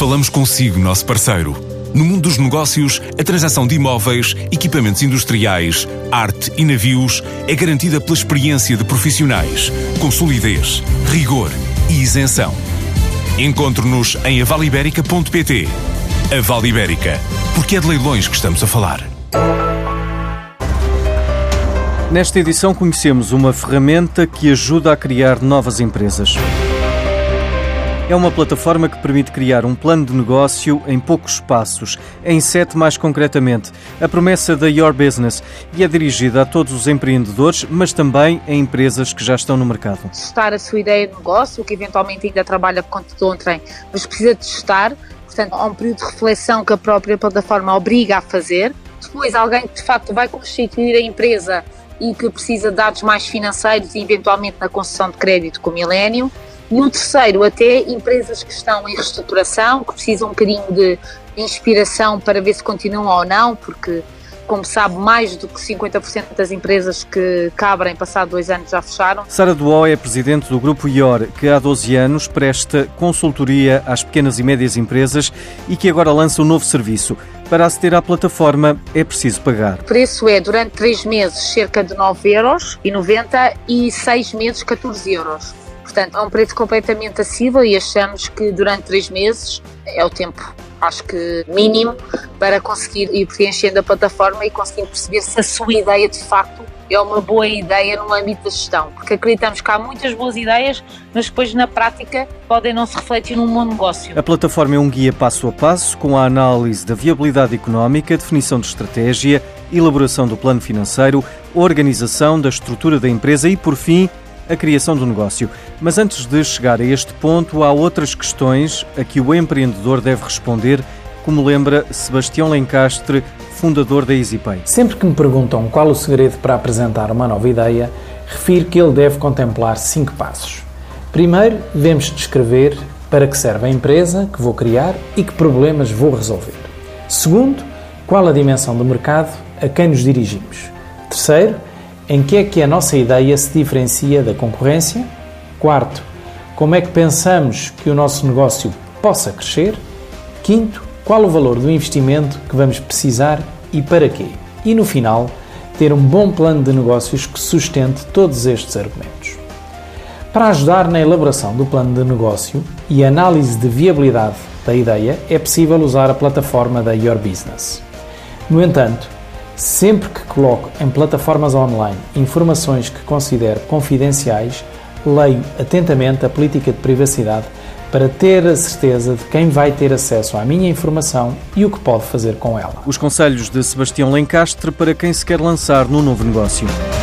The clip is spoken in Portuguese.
Falamos consigo, nosso parceiro. No mundo dos negócios, a transação de imóveis, equipamentos industriais, arte e navios é garantida pela experiência de profissionais, com solidez, rigor e isenção. Encontre-nos em avaliberica.pt. A Vale Ibérica, porque é de leilões que estamos a falar. Nesta edição conhecemos uma ferramenta que ajuda a criar novas empresas. É uma plataforma que permite criar um plano de negócio em poucos passos, em 7 mais concretamente. A promessa da Your Business e é dirigida a todos os empreendedores, mas também a empresas que já estão no mercado. Testar a sua ideia de negócio, que eventualmente ainda trabalha por conta de outrem, mas precisa testar. Portanto, há um período de reflexão que a própria plataforma obriga a fazer. Depois, alguém que de facto vai constituir a empresa e que precisa de dados mais financeiros e eventualmente na concessão de crédito com o Millennium. E o terceiro, até empresas que estão em reestruturação, que precisam um bocadinho de inspiração para ver se continuam ou não, porque, como sabe, mais do que 50% das empresas que abrem passado 2 anos já fecharam. Sara Duó é presidente do Grupo IOR, que há 12 anos presta consultoria às pequenas e médias empresas e que agora lança um novo serviço. Para aceder à plataforma é preciso pagar. O preço é, durante 3 meses, cerca de 9,90€ e 6 meses, 14€. Portanto, é um preço completamente acessível e achamos que durante 3 meses é o tempo, acho que mínimo, para conseguir ir preenchendo a plataforma e conseguir perceber se a sua ideia de facto é uma boa ideia no âmbito da gestão. Porque acreditamos que há muitas boas ideias, mas depois na prática podem não se refletir num bom negócio. A plataforma é um guia passo a passo com a análise da viabilidade económica, definição de estratégia, elaboração do plano financeiro, organização da estrutura da empresa e, por fim, a criação do negócio. Mas antes de chegar a este ponto, há outras questões a que o empreendedor deve responder, como lembra Sebastião Lencastre, fundador da EasyPay. Sempre que me perguntam qual o segredo para apresentar uma nova ideia, refiro que ele deve contemplar 5 passos. Primeiro, devemos descrever para que serve a empresa que vou criar e que problemas vou resolver. Segundo, qual a dimensão do mercado a quem nos dirigimos. Terceiro, em que é que a nossa ideia se diferencia da concorrência? Quarto, como é que pensamos que o nosso negócio possa crescer? Quinto, qual o valor do investimento que vamos precisar e para quê? E no final, ter um bom plano de negócios que sustente todos estes argumentos. Para ajudar na elaboração do plano de negócio e análise de viabilidade da ideia, é possível usar a plataforma da Your Business. No entanto, sempre que coloco em plataformas online informações que considero confidenciais, leio atentamente a política de privacidade para ter a certeza de quem vai ter acesso à minha informação e o que pode fazer com ela. Os conselhos de Sebastião Lencastre para quem se quer lançar no novo negócio.